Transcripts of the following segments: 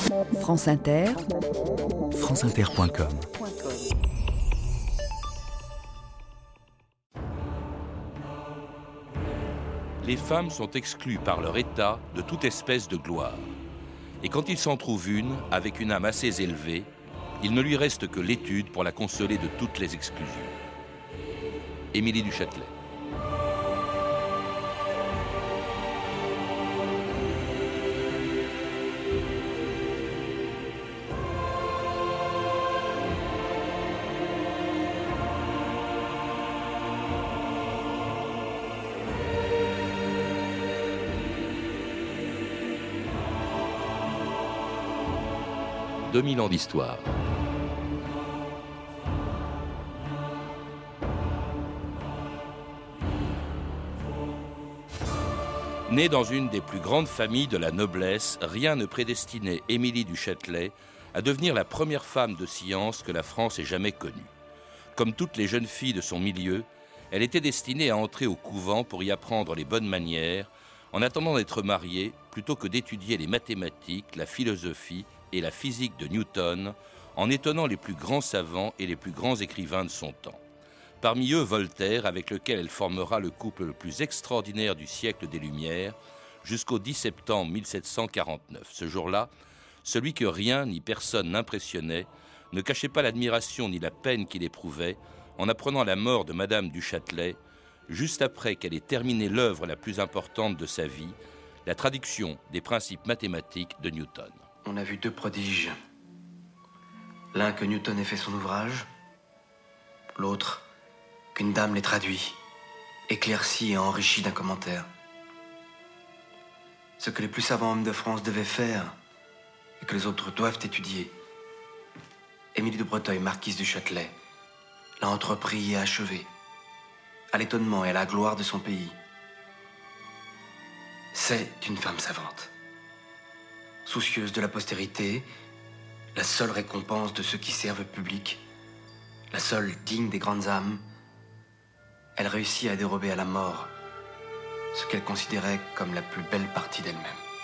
France Inter, franceinter.com. Les femmes sont exclues par leur état de toute espèce de gloire. Et quand il s'en trouve une, avec une âme assez élevée, il ne lui reste que l'étude pour la consoler de toutes les exclusions. Émilie du Châtelet. « 2000 ans d'histoire. Née dans une des plus grandes familles de la noblesse, rien ne prédestinait Émilie du Châtelet à devenir la première femme de science que la France ait jamais connue. Comme toutes les jeunes filles de son milieu, elle était destinée à entrer au couvent pour y apprendre les bonnes manières, en attendant d'être mariée plutôt que d'étudier les mathématiques, la philosophie et la physique de Newton, en étonnant les plus grands savants et les plus grands écrivains de son temps. Parmi eux, Voltaire, avec lequel elle formera le couple le plus extraordinaire du siècle des Lumières, jusqu'au 10 septembre 1749. Ce jour-là, celui que rien ni personne n'impressionnait ne cachait pas l'admiration ni la peine qu'il éprouvait en apprenant la mort de Madame du Châtelet, juste après qu'elle ait terminé l'œuvre la plus importante de sa vie, la traduction des principes mathématiques de Newton. On a vu deux prodiges. L'un que Newton ait fait son ouvrage, l'autre qu'une dame l'ait traduit, éclairci et enrichi d'un commentaire. Ce que les plus savants hommes de France devaient faire et que les autres doivent étudier, Émilie de Breteuil, marquise du Châtelet, l'a entrepris et achevé, à l'étonnement et à la gloire de son pays. C'est une femme savante. Soucieuse de la postérité, la seule récompense de ceux qui servent le public, la seule digne des grandes âmes, elle réussit à dérober à la mort ce qu'elle considérait comme la plus belle partie d'elle-même.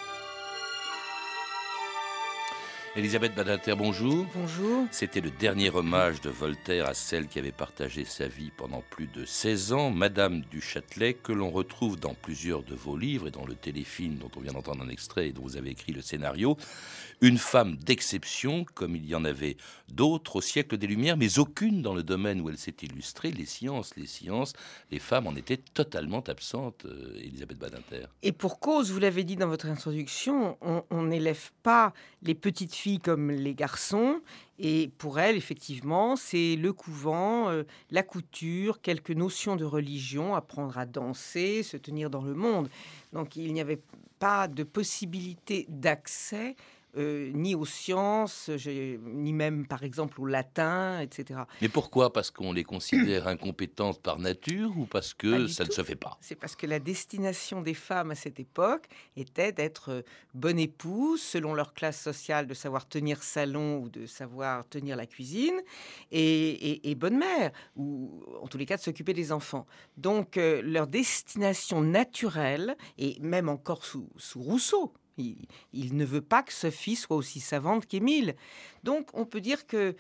Elisabeth Badinter, bonjour. bonjour. C'était le dernier hommage de Voltaire à celle qui avait partagé sa vie pendant plus de 16 ans, Madame du Châtelet, que l'on retrouve dans plusieurs de vos livres et dans le téléfilm dont on vient d'entendre un extrait et dont vous avez écrit le scénario. Une femme d'exception, comme il y en avait d'autres au siècle des Lumières, mais aucune dans le domaine où elle s'est illustrée, les sciences. Les femmes en étaient totalement absentes, Elisabeth Badinter. Et pour cause, vous l'avez dit dans votre introduction, on n'élève pas les petites filles comme les garçons. Et pour elles, effectivement, c'est le couvent, la couture, quelques notions de religion, apprendre à danser, se tenir dans le monde. Donc il n'y avait pas de possibilité d'accès ni aux sciences, ni même, par exemple, au latin, etc. Mais pourquoi ? Parce qu'on les considère incompétentes par nature ou parce que ça ne se fait pas ? C'est parce que la destination des femmes à cette époque était d'être bonne épouse, selon leur classe sociale, de savoir tenir salon ou de savoir tenir la cuisine, et bonne mère, ou en tous les cas de s'occuper des enfants. Donc leur destination naturelle, et même encore sous Rousseau, il ne veut pas que Sophie soit aussi savante qu'Émile. Donc, on peut dire que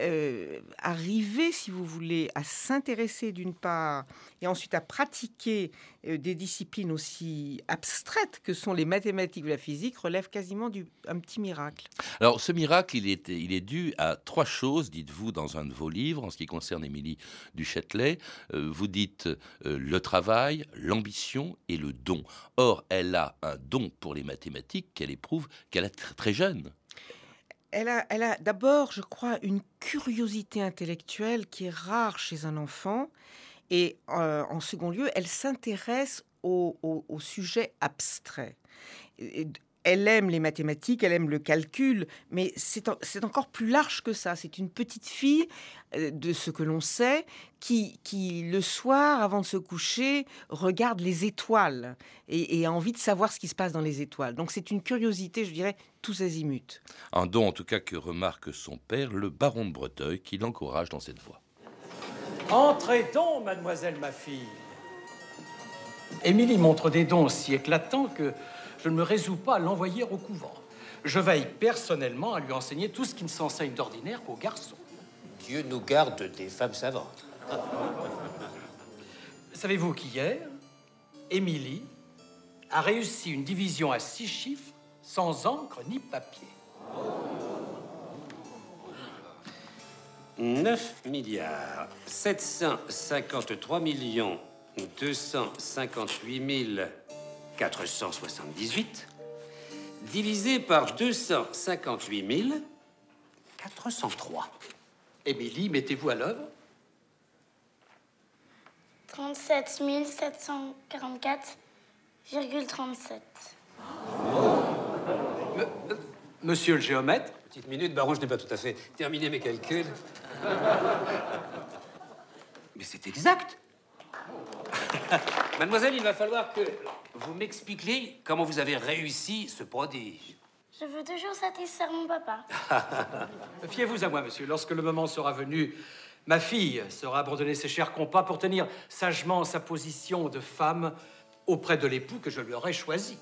arriver, si vous voulez, à s'intéresser d'une part et ensuite à pratiquer des disciplines aussi abstraites que sont les mathématiques ou la physique relève quasiment d'un petit miracle. Alors, ce miracle, il est dû à trois choses, dites-vous dans un de vos livres, en ce qui concerne Émilie du Châtelet. Vous dites le travail, l'ambition et le don. Or, elle a un don pour les mathématiques qu'elle éprouve, qu'elle a très jeune. Elle a d'abord, je crois, une curiosité intellectuelle qui est rare chez un enfant. Et en second lieu, elle s'intéresse au sujet abstrait. Elle aime les mathématiques, elle aime le calcul, mais c'est encore plus large que ça. C'est une petite fille, de ce que l'on sait, qui le soir, avant de se coucher, regarde les étoiles et a envie de savoir ce qui se passe dans les étoiles. Donc c'est une curiosité, je dirais, tous azimuts. Un don, en tout cas, que remarque son père, le baron de Breteuil, qui l'encourage dans cette voie. Entrez donc, mademoiselle ma fille. Émilie montre des dons si éclatants que je ne me résous pas à l'envoyer au couvent. Je veille personnellement à lui enseigner tout ce qui ne s'enseigne d'ordinaire qu'aux garçons. Dieu nous garde des femmes savantes. Savez-vous qu'hier, Émilie a réussi une division à 6 chiffres sans encre ni papier? 9 milliards 753 millions 258 478 divisé par 258 403. Émilie, mettez-vous à l'œuvre. 37 744,37. Monsieur le géomètre, Petite minute, baron, je n'ai pas tout à fait terminé mes calculs. Mais c'est exact. Mademoiselle, il va falloir que vous m'expliquiez comment vous avez réussi ce prodige. Je veux toujours satisfaire mon papa. fiez-vous à moi, monsieur. Lorsque le moment sera venu, ma fille sera abandonner ses chers compas pour tenir sagement sa position de femme auprès de l'époux que je lui aurai choisi.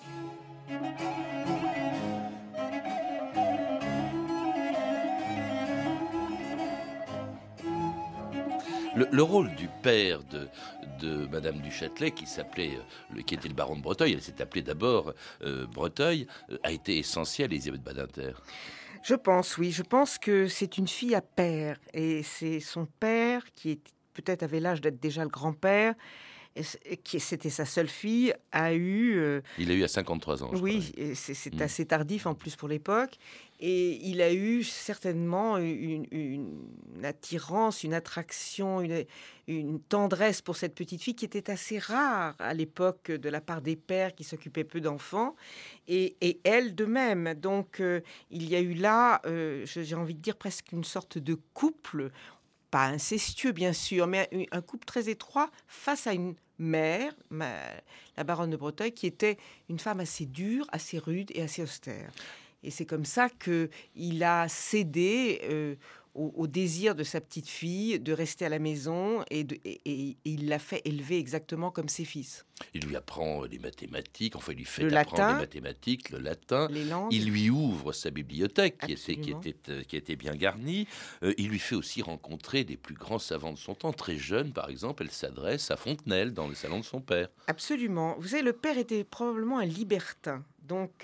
Le rôle du père de Madame du Châtelet, qui était le baron de Breteuil, elle s'est appelée d'abord Breteuil, a été essentiel, Elisabeth Badinter. Je pense, oui. Je pense que c'est une fille à père. Et c'est son père, qui peut-être avait l'âge d'être déjà le grand-père, qui c'était sa seule fille, a eu... Il a eu à 53 ans, je oui, crois. et c'est assez tardif en plus pour l'époque. Et il a eu certainement une attirance, une attraction, une tendresse pour cette petite fille qui était assez rare à l'époque de la part des pères qui s'occupaient peu d'enfants. Et elle de même. Donc il y a eu là, j'ai envie de dire, presque une sorte de couple, pas incestueux bien sûr, mais un couple très étroit face à une mère, la baronne de Breteuil, qui était une femme assez dure, assez rude et assez austère. Et c'est comme ça qu'il a cédé au désir de sa petite fille de rester à la maison et il l'a fait élever exactement comme ses fils. Il lui apprend les mathématiques, enfin il lui fait Le apprendre latin, les mathématiques, le latin. les langues. Il lui ouvre sa bibliothèque qui Absolument. était bien garnie. Il lui fait aussi rencontrer les plus grands savants de son temps. Très jeune, par exemple, elle s'adresse à Fontenelle dans le salon de son père. Absolument. Vous savez, le père était probablement un libertin. Donc,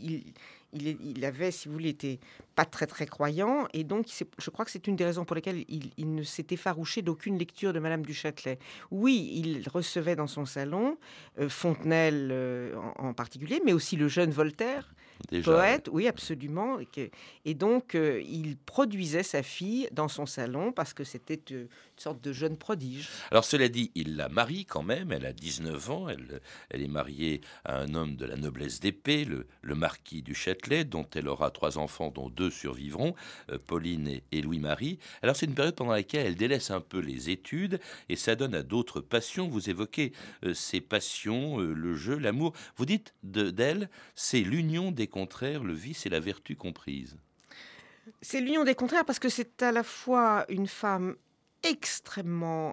il avait, si vous voulez, été pas très très croyant, et donc je crois que c'est une des raisons pour lesquelles il ne s'est effarouché d'aucune lecture de Madame du Châtelet. Oui, il recevait dans son salon Fontenelle en particulier, mais aussi le jeune Voltaire, Déjà, poète, oui, absolument. Et donc, il produisait sa fille dans son salon parce que c'était une sorte de jeune prodige. Alors cela dit, il la marie quand même, elle a 19 ans, elle est mariée à un homme de la noblesse d'épée, le marquis du Châtelet, dont elle aura 3 enfants, dont 2 survivront, Pauline et Louis-Marie. Alors c'est une période pendant laquelle elle délaisse un peu les études et s'adonne à d'autres passions. Vous évoquez ces passions, le jeu, l'amour. Vous dites d'elle, c'est l'union des contraires, le vice et la vertu comprises. C'est l'union des contraires parce que c'est à la fois une femme extrêmement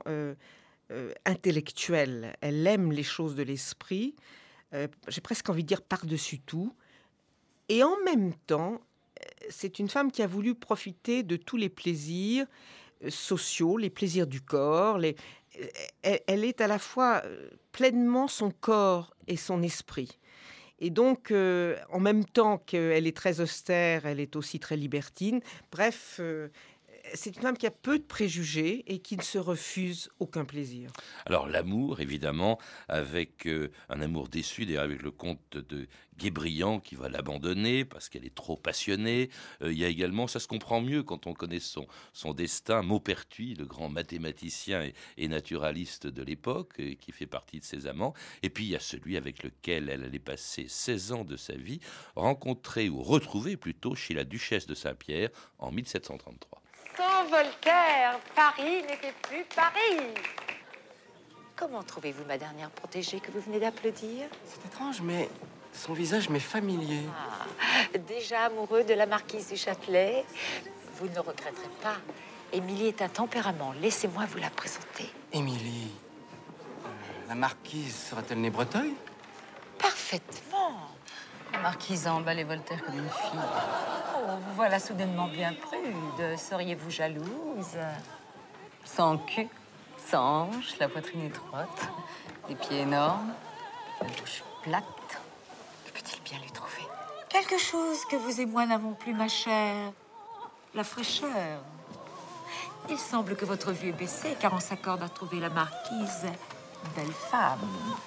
intellectuelle. Elle aime les choses de l'esprit. J'ai presque envie de dire par-dessus tout. Et en même temps, c'est une femme qui a voulu profiter de tous les plaisirs sociaux, les plaisirs du corps. Elle est à la fois pleinement son corps et son esprit. Et donc, en même temps qu'elle est très austère, elle est aussi très libertine. Bref, c'est une femme qui a peu de préjugés et qui ne se refuse aucun plaisir. Alors l'amour, évidemment, avec un amour déçu, d'ailleurs avec le comte de Guébriant qui va l'abandonner parce qu'elle est trop passionnée. Il y a également, ça se comprend mieux quand on connaît son destin, Maupertuis, le grand mathématicien et naturaliste de l'époque, qui fait partie de ses amants. Et puis il y a celui avec lequel elle allait passer 16 ans de sa vie, rencontré ou retrouvé plutôt chez la duchesse de Saint-Pierre en 1733. Sans Voltaire, Paris n'était plus Paris. Comment trouvez-vous ma dernière protégée que vous venez d'applaudir? C'est étrange, mais son visage m'est familier. Déjà amoureux de la marquise du Châtelet, vous ne le regretterez pas. Émilie est un tempérament. Laissez-moi vous la présenter. Émilie, la marquise sera-t-elle née Breteuil? Parfaitement. Marquise a emballé Voltaire comme une fille. Oh, vous voilà soudainement bien prude. Seriez-vous jalouse? Sans cul, sans hanche, la poitrine étroite, des pieds énormes, une bouche plate. Que peut-il bien lui trouver? Quelque chose que vous et moi n'avons plus, ma chère. La fraîcheur. Il semble que votre vue est baissée, car on s'accorde à trouver la marquise une belle femme.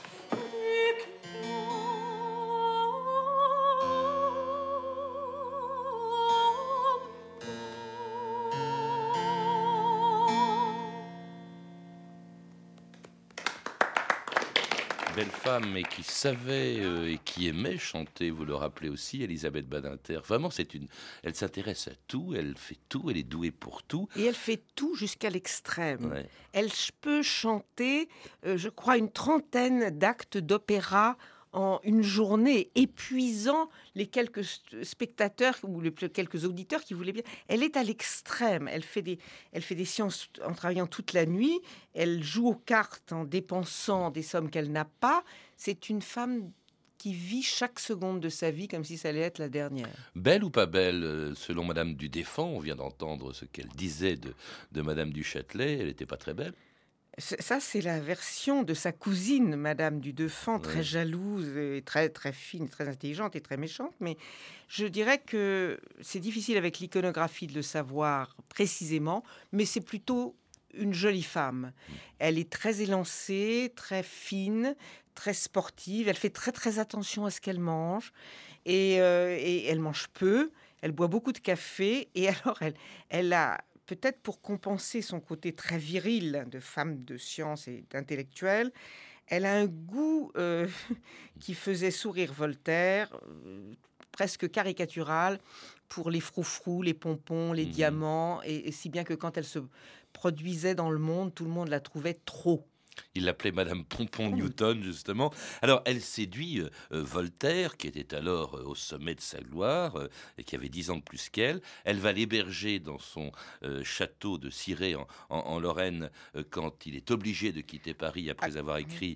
Belle femme, et qui savait et qui aimait chanter, vous le rappelez aussi, Elisabeth Badinter. Vraiment, elle s'intéresse à tout, elle fait tout, elle est douée pour tout. Et elle fait tout jusqu'à l'extrême. Ouais. Elle peut chanter, je crois, une trentaine d'actes d'opéra en une journée, épuisant les quelques spectateurs ou les quelques auditeurs qui voulaient bien. Elle est à l'extrême. Elle fait des séances en travaillant toute la nuit. Elle joue aux cartes en dépensant des sommes qu'elle n'a pas. C'est une femme qui vit chaque seconde de sa vie comme si ça allait être la dernière. Belle ou pas belle, selon Madame du Deffand, on vient d'entendre ce qu'elle disait de Madame du Châtelet, elle n'était pas très belle. Ça, c'est la version de sa cousine, Madame du Deffand, très Ouais. jalouse, et très, très fine, très intelligente et très méchante. Mais je dirais que c'est difficile avec l'iconographie de le savoir précisément, mais c'est plutôt une jolie femme. Elle est très élancée, très fine, très sportive. Elle fait très, très attention à ce qu'elle mange. Et elle mange peu. Elle boit beaucoup de café. Et alors, elle a... Peut-être pour compenser son côté très viril de femme de science et d'intellectuelle, elle a un goût qui faisait sourire Voltaire, presque caricatural, pour les froufrous, les pompons, les diamants, et si bien que quand elle se produisait dans le monde, tout le monde la trouvait trop. Il l'appelait Madame Pompon Newton, justement. Alors, elle séduit Voltaire, qui était alors au sommet de sa gloire, et qui avait 10 ans de plus qu'elle. Elle va l'héberger dans son château de Cirey, en Lorraine, quand il est obligé de quitter Paris après avoir écrit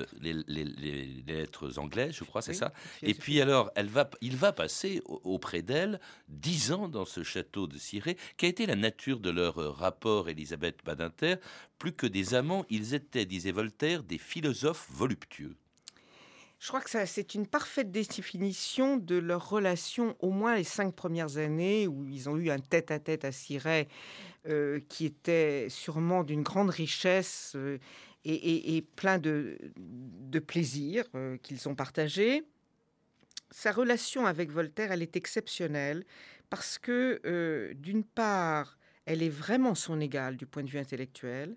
les lettres anglaises, je crois, c'est ça. Et puis alors, il va passer auprès d'elle 10 ans dans ce château de Cirey. Quelle a été la nature de leur rapport, Elisabeth Badinter? Plus que des amants, ils étaient, disait Voltaire, des philosophes voluptueux. Je crois que c'est une parfaite définition de leur relation, au moins les 5 premières années, où ils ont eu un tête-à-tête à Cirey, qui était sûrement d'une grande richesse et plein de plaisir qu'ils ont partagé. Sa relation avec Voltaire, elle est exceptionnelle, parce que, d'une part, elle est vraiment son égale du point de vue intellectuel.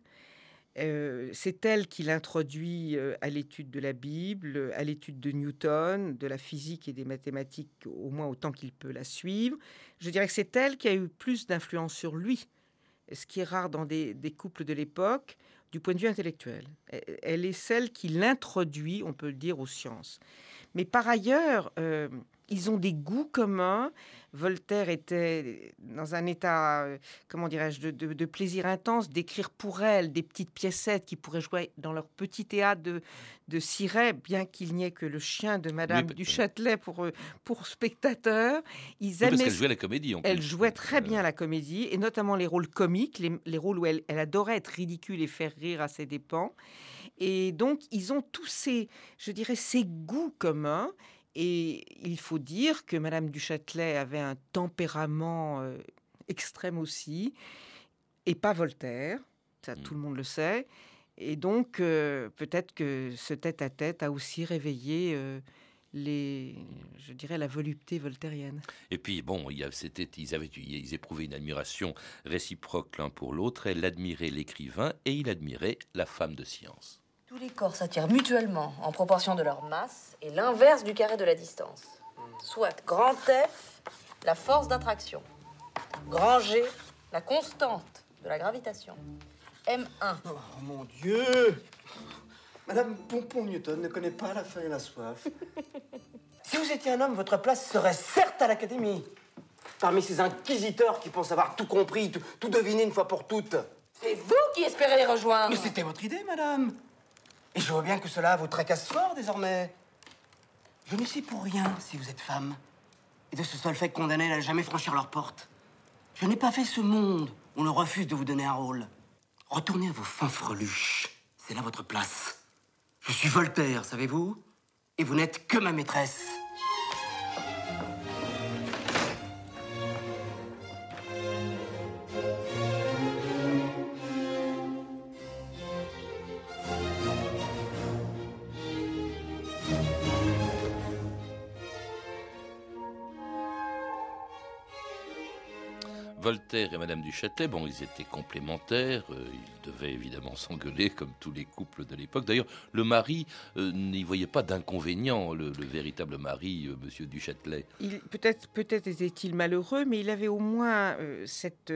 C'est elle qui l'introduit à l'étude de la Bible, à l'étude de Newton, de la physique et des mathématiques, au moins autant qu'il peut la suivre. Je dirais que c'est elle qui a eu plus d'influence sur lui, ce qui est rare dans des couples de l'époque, du point de vue intellectuel. Elle est celle qui l'introduit, on peut le dire, aux sciences. Mais par ailleurs, ils ont des goûts communs. Voltaire était dans un état, comment dirais-je, de plaisir intense, d'écrire pour elle des petites piécettes qui pourraient jouer dans leur petit théâtre de Cirey, bien qu'il n'y ait que le chien de Madame du Châtelet pour spectateurs. Ils aimaient... Parce qu'elle jouait la comédie, en plus. Elle jouait très bien la comédie, et notamment les rôles comiques, les rôles où elle adorait être ridicule et faire rire à ses dépens. Et donc, ils ont tous ces goûts communs. Et il faut dire que Madame du Châtelet avait un tempérament extrême aussi, et pas Voltaire, ça tout le monde le sait. Et donc, peut-être que ce tête-à-tête a aussi réveillé la volupté voltairienne. Et puis, bon, ils éprouvaient une admiration réciproque l'un pour l'autre. Elle admirait l'écrivain et il admirait la femme de science. Tous les corps s'attirent mutuellement en proportion de leur masse et l'inverse du carré de la distance. Soit grand F, la force d'attraction. Grand G, la constante de la gravitation. M1. Oh mon Dieu! Madame Pompon Newton ne connaît pas la faim et la soif. Si vous étiez un homme, votre place serait certes à l'Académie. Parmi ces inquisiteurs qui pensent avoir tout compris, tout deviné une fois pour toutes. C'est vous qui espérez les rejoindre. Mais c'était votre idée, madame. Et je vois bien que cela vous tracasse fort désormais. Je ne sais pour rien si vous êtes femme. Et de ce seul fait condamné à jamais franchir leur porte. Je n'ai pas fait ce monde où l'on refuse de vous donner un rôle. Retournez à vos fanfreluches. C'est là votre place. Je suis Voltaire, savez-vous? Et vous n'êtes que ma maîtresse. Voltaire et Madame du Châtelet, bon, ils étaient complémentaires, ils devaient évidemment s'engueuler comme tous les couples de l'époque. D'ailleurs, le mari n'y voyait pas d'inconvénient, le véritable mari, Monsieur du Châtelet. Peut-être était-il malheureux, mais il avait au moins cet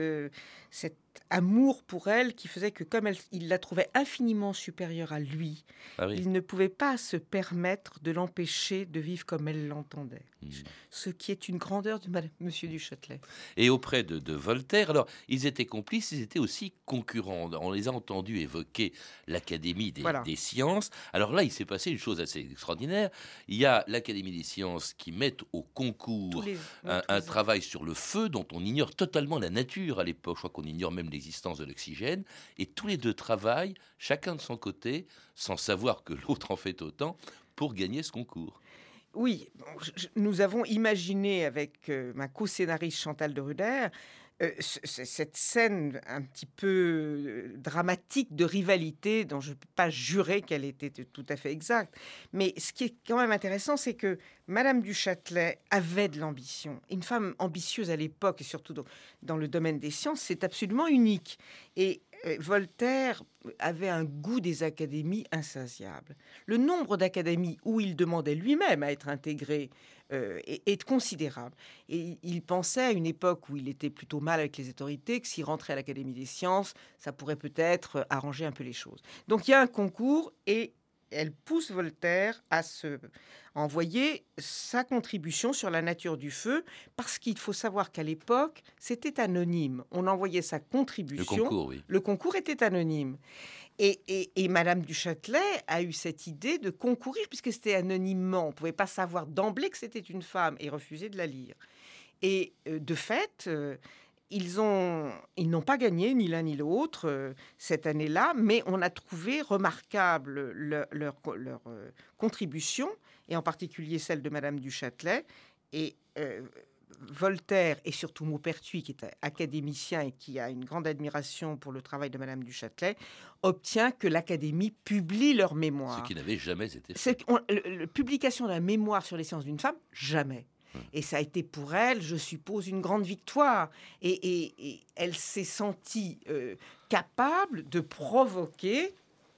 amour pour elle qui faisait que comme il la trouvait infiniment supérieure à lui, il ne pouvait pas se permettre de l'empêcher de vivre comme elle l'entendait. Ce qui est une grandeur de Monsieur du Châtelet. Et auprès de Voltaire, alors, ils étaient complices, ils étaient aussi concurrents. On les a entendus évoquer l'Académie des sciences. Alors là, il s'est passé une chose assez extraordinaire. Il y a l'Académie des sciences qui met au concours un travail sur le feu dont on ignore totalement la nature à l'époque. Je crois qu'on ignore même l'existence de l'oxygène. Et tous les deux travaillent, chacun de son côté, sans savoir que l'autre en fait autant, pour gagner ce concours. Oui, nous avons imaginé avec ma co-scénariste Chantal de Ruder cette scène un petit peu dramatique de rivalité dont je ne peux pas jurer qu'elle était tout à fait exacte. Mais ce qui est quand même intéressant, c'est que Madame du Châtelet avait de l'ambition. Une femme ambitieuse à l'époque, et surtout dans le domaine des sciences, c'est absolument unique. Et Voltaire avait un goût des académies insatiable. Le nombre d'académies où il demandait lui-même à être intégré est considérable. Et il pensait à une époque où il était plutôt mal avec les autorités, que s'il rentrait à l'Académie des sciences, ça pourrait peut-être arranger un peu les choses. Donc il y a un concours et elle pousse Voltaire à envoyer sa contribution sur la nature du feu, parce qu'il faut savoir qu'à l'époque, c'était anonyme. On envoyait sa contribution. Le concours, oui. Le concours était anonyme. Et Madame du Châtelet a eu cette idée de concourir, puisque c'était anonymement. On ne pouvait pas savoir d'emblée que c'était une femme et refuser de la lire. Et de fait... Ils n'ont pas gagné, ni l'un ni l'autre, cette année-là, mais on a trouvé remarquable leur contribution, et en particulier celle de Madame du Châtelet. Et Voltaire, et surtout Maupertuis, qui est académicien et qui a une grande admiration pour le travail de Madame du Châtelet, obtient que l'Académie publie leur mémoire. Ce qui n'avait jamais été fait. La publication d'un mémoire sur les sciences d'une femme, jamais. Et ça a été pour elle, je suppose, une grande victoire. Et elle s'est sentie capable de provoquer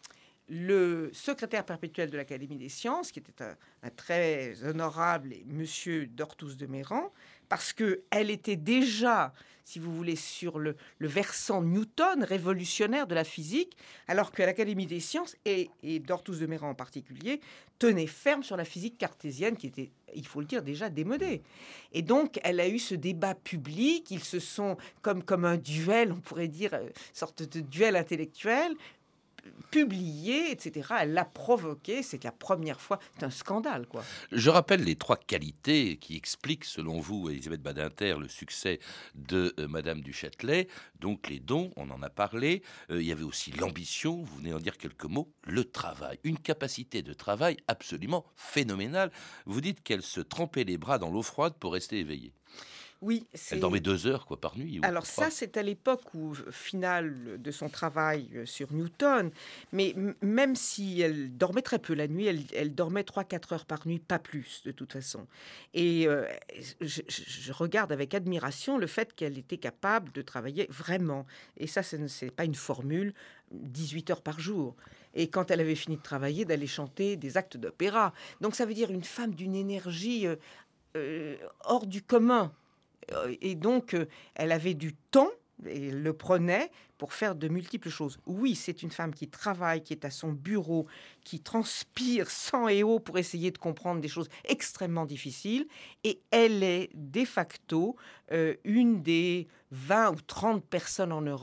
le secrétaire perpétuel de l'Académie des sciences, qui était un très honorable monsieur d'Orthous de Méran, parce qu'elle était déjà, si vous voulez, sur le versant Newton, révolutionnaire de la physique, alors que l'Académie des sciences, et d'Orthous de Méran en particulier, tenait ferme sur la physique cartésienne, qui était, il faut le dire, déjà démodée. Et donc, elle a eu ce débat public, ils se sont, comme un duel, on pourrait dire, une sorte de duel intellectuel, publié, etc. Elle l'a provoqué, c'est la première fois, c'est un scandale, quoi. Je rappelle les trois qualités qui expliquent, selon vous, Elisabeth Badinter, le succès de Madame du Châtelet. Donc les dons, on en a parlé. Il y avait aussi l'ambition, vous venez d'en dire quelques mots, le travail, une capacité de travail absolument phénoménale. Vous dites qu'elle se trempait les bras dans l'eau froide pour rester éveillée. Oui, elle dormait 2 heures par nuit. Alors ça, c'est à l'époque finale de son travail sur Newton. Mais même si elle dormait très peu la nuit, elle dormait 3-4 heures par nuit, pas plus de toute façon. Et je regarde avec admiration le fait qu'elle était capable de travailler vraiment. Et ça, c'est pas une formule, 18 heures par jour. Et quand elle avait fini de travailler, d'aller chanter des actes d'opéra. Donc ça veut dire une femme d'une énergie hors du commun. Et donc, elle avait du temps, et le prenait pour faire de multiples choses. Oui, c'est une femme qui travaille, qui est à son bureau, qui transpire sang et eau pour essayer de comprendre des choses extrêmement difficiles. Et elle est de facto une des 20 ou 30 personnes en Europe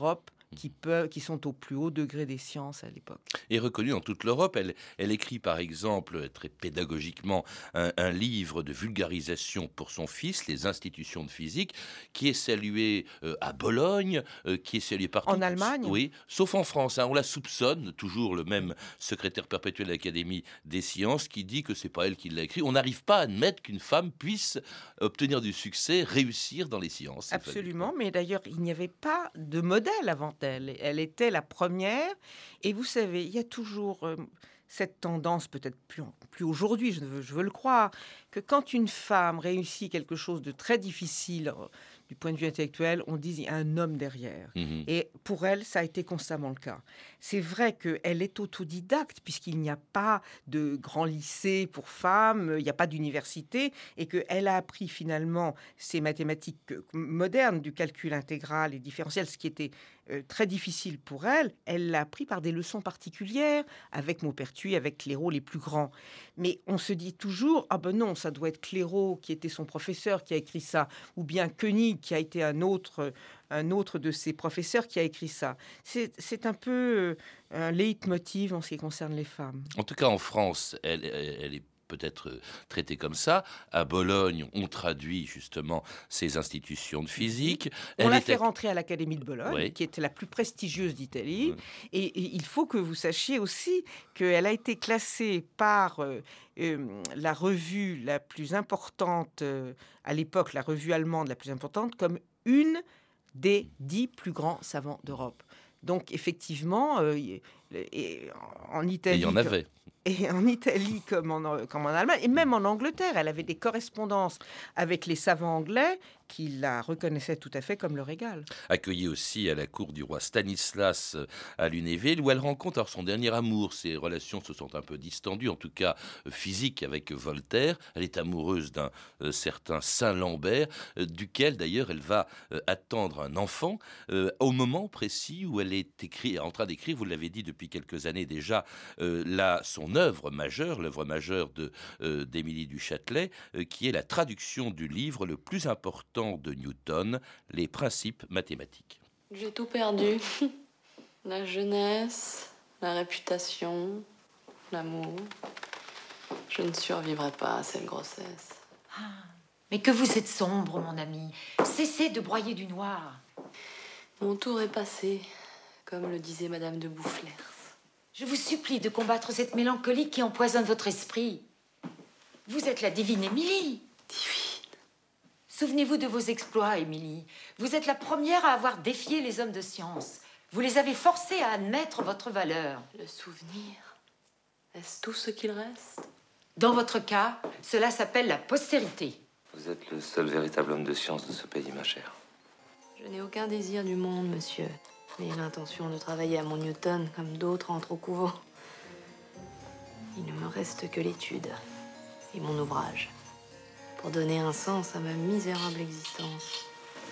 qui sont au plus haut degré des sciences à l'époque. Et reconnue dans toute l'Europe. Elle écrit par exemple, très pédagogiquement, un livre de vulgarisation pour son fils, Les institutions de physique, qui est salué à Bologne, qui est salué partout. En Allemagne ? Oui, sauf en France. On la soupçonne, toujours le même secrétaire perpétuel de l'Académie des sciences, qui dit que c'est pas elle qui l'a écrit. On n'arrive pas à admettre qu'une femme puisse obtenir du succès, réussir dans les sciences. Absolument, mais d'ailleurs, il n'y avait pas de modèle avant elle. Elle était la première. Et vous savez, il y a toujours cette tendance, peut-être plus aujourd'hui, je veux le croire, que quand une femme réussit quelque chose de très difficile du point de vue intellectuel, on dit qu'il y a un homme derrière. Et pour elle, ça a été constamment le cas. C'est vrai qu'elle est autodidacte, puisqu'il n'y a pas de grand lycée pour femmes, il n'y a pas d'université, et qu'elle a appris finalement ces mathématiques modernes, du calcul intégral et différentiel, ce qui était très difficile pour elle. Elle l'a appris par des leçons particulières, avec Maupertuis, avec Clairaut, les plus grands. Mais on se dit toujours, ah ben non, ça doit être Clairaut qui était son professeur qui a écrit ça, ou bien Koenig qui a été un autre de ses professeurs qui a écrit ça. C'est un peu un leitmotiv en ce qui concerne les femmes. En tout cas, en France, elle est peut-être traitée comme ça. À Bologne, on traduit justement ces institutions de physique. On l'a fait rentrer à l'Académie de Bologne, oui, qui était la plus prestigieuse d'Italie. Oui. Et il faut que vous sachiez aussi qu'elle a été classée par la revue la plus importante, à l'époque, la revue allemande la plus importante, comme une des 10 plus grands savants d'Europe. Donc, effectivement, en Italie... Et il y en avait. Et en Italie comme en Allemagne, et même en Angleterre, elle avait des correspondances avec les savants anglais qui la reconnaissaient tout à fait comme leur égale. Accueillie aussi à la cour du roi Stanislas à Lunéville, où elle rencontre son dernier amour. Ses relations se sont un peu distendues, en tout cas physiques, avec Voltaire. Elle est amoureuse d'un certain Saint-Lambert, duquel d'ailleurs elle va attendre un enfant, au moment précis où elle est en train d'écrire, vous l'avez dit depuis quelques années déjà, son l'œuvre majeure d'Émilie du Châtelet, qui est la traduction du livre le plus important de Newton, Les principes mathématiques. J'ai tout perdu. La jeunesse, la réputation, l'amour. Je ne survivrai pas à cette grossesse. Ah, mais que vous êtes sombre, mon ami. Cessez de broyer du noir. Mon tour est passé, comme le disait Madame de Boufflers. Je vous supplie de combattre cette mélancolie qui empoisonne votre esprit. Vous êtes la divine Émilie. Divine. Souvenez-vous de vos exploits, Émilie. Vous êtes la première à avoir défié les hommes de science. Vous les avez forcés à admettre votre valeur. Le souvenir, est-ce tout ce qu'il reste? Dans votre cas, cela s'appelle la postérité. Vous êtes le seul véritable homme de science de ce pays, ma chère. Je n'ai aucun désir du monde, monsieur. Mais l'intention de travailler à mon Newton, comme d'autres entrent au couvent. Il ne me reste que l'étude et mon ouvrage pour donner un sens à ma misérable existence.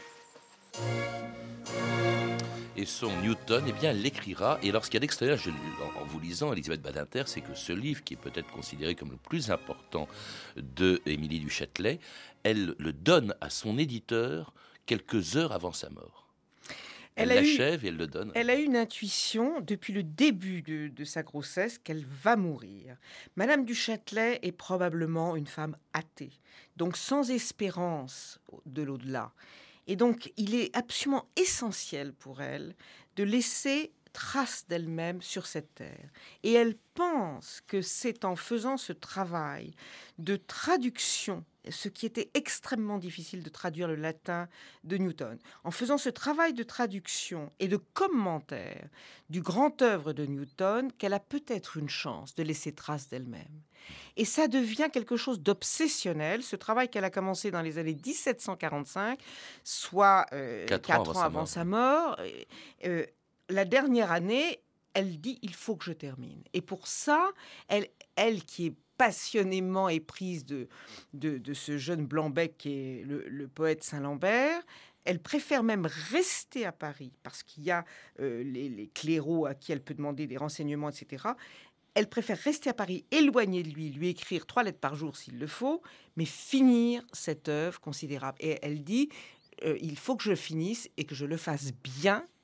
Et son Newton, eh bien, elle l'écrira. Et lorsqu'il y a l'extérieur, en vous lisant, Elisabeth Badinter, c'est que ce livre, qui est peut-être considéré comme le plus important de Émilie du Châtelet, elle le donne à son éditeur quelques heures avant sa mort. Elle l'achève et elle le donne. Elle a eu une intuition depuis le début de sa grossesse qu'elle va mourir. Madame du Châtelet est probablement une femme athée, donc sans espérance de l'au-delà. Et donc, il est absolument essentiel pour elle de laisser trace d'elle-même sur cette terre. Et elle pense que c'est en faisant ce travail de traduction, ce qui était extrêmement difficile de traduire le latin de Newton, en faisant ce travail de traduction et de commentaire du grand œuvre de Newton, qu'elle a peut-être une chance de laisser trace d'elle-même. Et ça devient quelque chose d'obsessionnel, ce travail qu'elle a commencé dans les années 1745, soit 4 ans avant sa mort. La dernière année, elle dit « il faut que je termine ». Et pour ça, elle qui est passionnément éprise de ce jeune Blanc-bec qui est le poète Saint-Lambert, elle préfère même rester à Paris parce qu'il y a les Clairaut à qui elle peut demander des renseignements, etc. Elle préfère rester à Paris, éloignée de lui écrire 3 lettres par jour s'il le faut, mais finir cette œuvre considérable. Et elle dit il faut que je finisse et que je le fasse bien,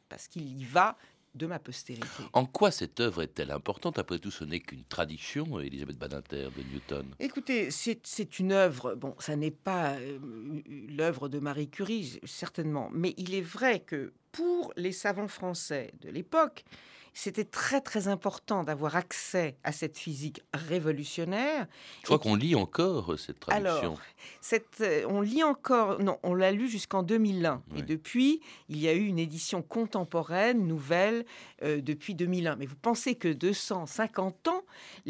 parce qu'il y va de ma postérité. En quoi cette œuvre est-elle importante? Après tout, ce n'est qu'une traduction, Elisabeth Badinter, de Newton. Écoutez, c'est une œuvre, bon, ça n'est pas l'œuvre de Marie Curie, certainement, mais il est vrai que pour les savants français de l'époque, c'était très très important d'avoir accès à cette physique révolutionnaire. Je crois qu'on lit encore cette traduction. Alors, on lit encore, non, on l'a lu jusqu'en 2001. Oui. Et depuis, il y a eu une édition contemporaine, nouvelle, depuis 2001. Mais vous pensez que 250 ans,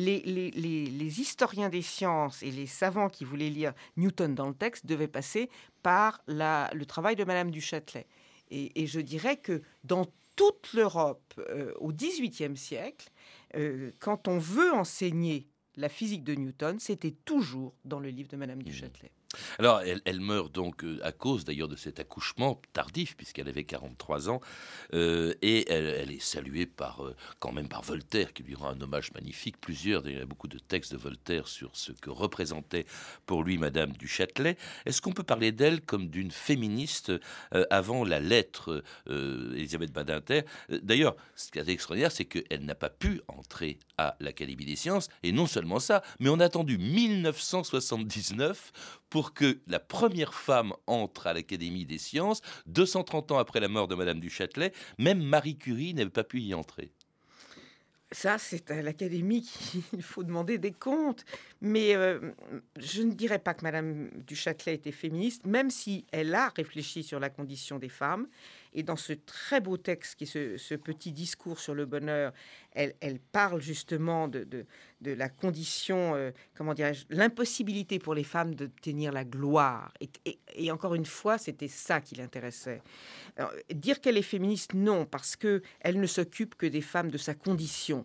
les historiens des sciences et les savants qui voulaient lire Newton dans le texte devaient passer par le travail de Madame du Châtelet. Et je dirais que dans toute l'Europe, au XVIIIe siècle, quand on veut enseigner la physique de Newton, c'était toujours dans le livre de Madame du Châtelet. Alors, elle meurt donc à cause d'ailleurs de cet accouchement tardif, puisqu'elle avait 43 ans, et elle est saluée quand même par Voltaire, qui lui rend un hommage magnifique. Il y a beaucoup de textes de Voltaire sur ce que représentait pour lui Madame du Châtelet. Est-ce qu'on peut parler d'elle comme d'une féministe avant la lettre Elisabeth Badinter? D'ailleurs, ce qui est extraordinaire, c'est qu'elle n'a pas pu entrer à l'Académie des sciences, et non seulement ça, mais on a attendu 1979 pour que la première femme entre à l'Académie des sciences, 230 ans après la mort de Madame du Châtelet. Même Marie Curie n'avait pas pu y entrer. Ça, c'est à l'Académie qu'il faut demander des comptes. Mais je ne dirais pas que Madame du Châtelet était féministe, même si elle a réfléchi sur la condition des femmes. Et dans ce très beau texte, qui est ce petit discours sur le bonheur, elle parle justement de la condition, comment dirais-je, l'impossibilité pour les femmes d'obtenir la gloire. Et encore une fois, c'était ça qui l'intéressait. Alors, dire qu'elle est féministe, non, parce qu'elle ne s'occupe que des femmes de sa condition,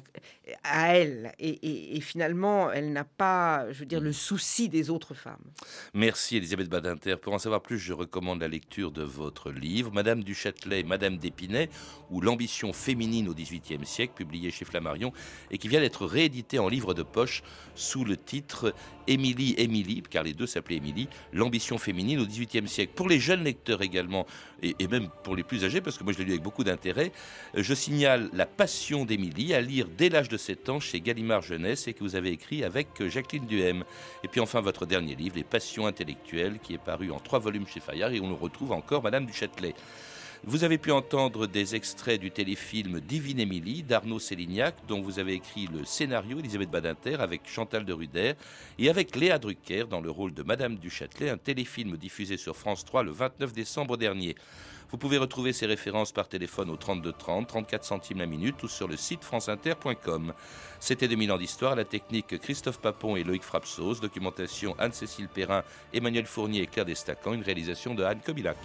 à elle. Et finalement, elle n'a pas, je veux dire, le souci des autres femmes. Merci Elisabeth Badinter. Pour en savoir plus, je recommande la lecture de votre livre, Madame du Châtelet et Madame d'Épinay, ou l'ambition féminine au XVIIIe siècle, publié chez Flammarion, et qui vient d'être réédité en livre de poche sous le titre Émilie, car les deux s'appelaient Émilie, l'ambition féminine au XVIIIe siècle. Pour les jeunes lecteurs également, et même pour les plus âgés, parce que moi je l'ai lu avec beaucoup d'intérêt, je signale La Passion d'Émilie, à lire dès l'âge de 7 ans chez Gallimard Jeunesse, et que vous avez écrit avec Jacqueline Duhem. Et puis enfin votre dernier livre, Les Passions intellectuelles, qui est paru en 3 volumes chez Fayard, et on le retrouve encore Madame du Châtelet. Vous avez pu entendre des extraits du téléfilm Divine Émilie d'Arnaud Sélignac, dont vous avez écrit le scénario, Elisabeth Badinter, avec Chantal de Ruder et avec Léa Drucker dans le rôle de Madame du Châtelet, un téléfilm diffusé sur France 3 le 29 décembre dernier. Vous pouvez retrouver ces références par téléphone au 32 30, 34 centimes la minute ou sur le site franceinter.com. C'était 2000 ans d'histoire, à la technique Christophe Papon et Loïc Frapsos, documentation Anne-Cécile Perrin, Emmanuel Fournier et Claire Destacan, une réalisation de Anne Kobilac.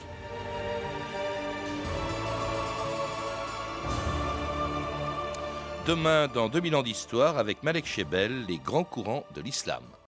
Demain, dans 2000 ans d'histoire, avec Malek Chebel, les grands courants de l'islam.